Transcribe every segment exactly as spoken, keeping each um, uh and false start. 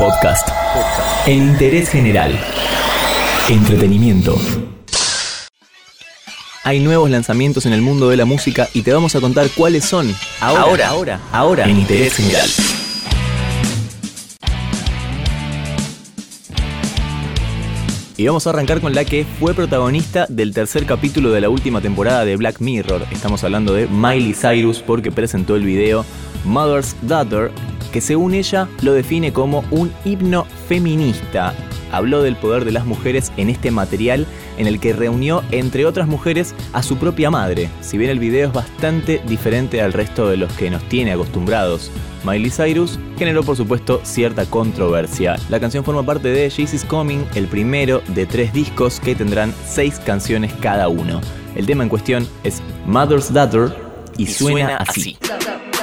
Podcast. En interés general. Entretenimiento. Hay nuevos lanzamientos en el mundo de la música y te vamos a contar cuáles son. Ahora, ahora, ahora, ahora en interés general. Y vamos a arrancar con la que fue protagonista del tercer capítulo de la última temporada de Black Mirror. Estamos hablando de Miley Cyrus porque presentó el video Mother's Daughter, que según ella lo define como un himno feminista. Habló del poder de las mujeres en este material en el que reunió, entre otras mujeres, a su propia madre. Si bien el video es bastante diferente al resto de los que nos tiene acostumbrados Miley Cyrus, generó por supuesto cierta controversia. La canción forma parte de Jesus Coming, el primero de tres discos que tendrán seis canciones cada uno. El tema en cuestión es Mother's Daughter y, y suena, suena así. así.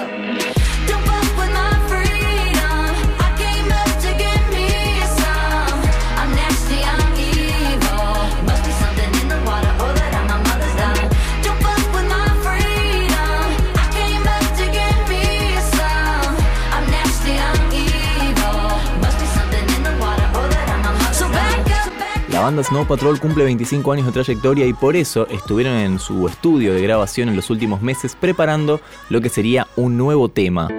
La banda Snow Patrol cumple veinticinco años de trayectoria y por eso estuvieron en su estudio de grabación en los últimos meses preparando lo que sería un nuevo tema.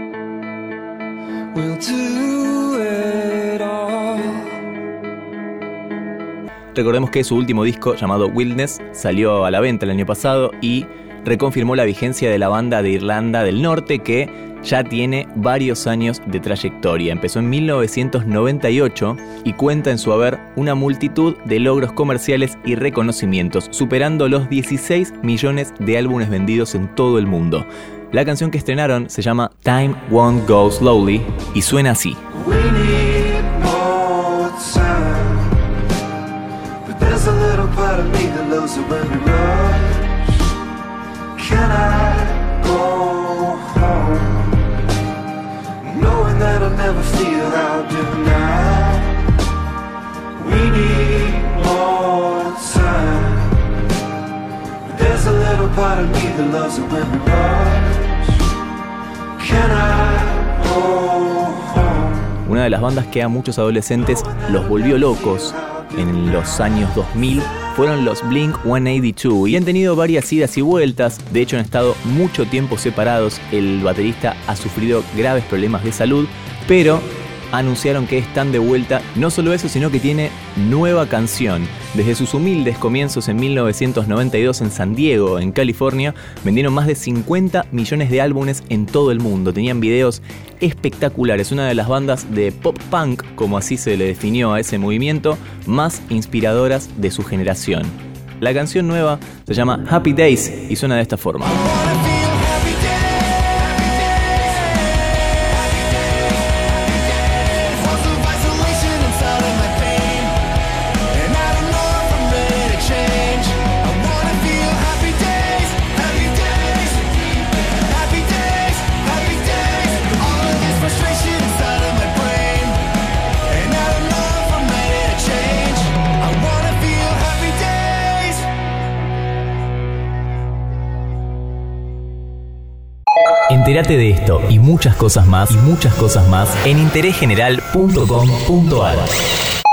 We'll do it all. Recordemos que su último disco, llamado Wildness, salió a la venta el año pasado y reconfirmó la vigencia de la banda de Irlanda del Norte, que ya tiene varios años de trayectoria. Empezó en mil novecientos noventa y ocho y cuenta en su haber una multitud de logros comerciales y reconocimientos, superando los dieciséis millones de álbumes vendidos en todo el mundo. La canción que estrenaron se llama Time Won't Go Slowly y suena así. Can I go home, knowing that I'll never feel how I do now? We need more time. There's a little part of me that loves it when we rush. Can I go home? Una de las bandas que a muchos adolescentes los volvió locos en los años dos mil fueron los Blink ciento ochenta y dos y han tenido varias idas y vueltas. De hecho han estado mucho tiempo separados. El baterista ha sufrido graves problemas de salud, pero anunciaron que están de vuelta. No solo eso, sino que tiene nueva canción. Desde sus humildes comienzos en mil novecientos noventa y dos en San Diego, en California, vendieron más de cincuenta millones de álbumes en todo el mundo. Tenían videos espectaculares, una de las bandas de pop punk, como así se le definió a ese movimiento, más inspiradoras de su generación. La canción nueva se llama Happy Days y suena de esta forma. Entérate de esto y muchas cosas más y muchas cosas más en interés general punto com punto a r.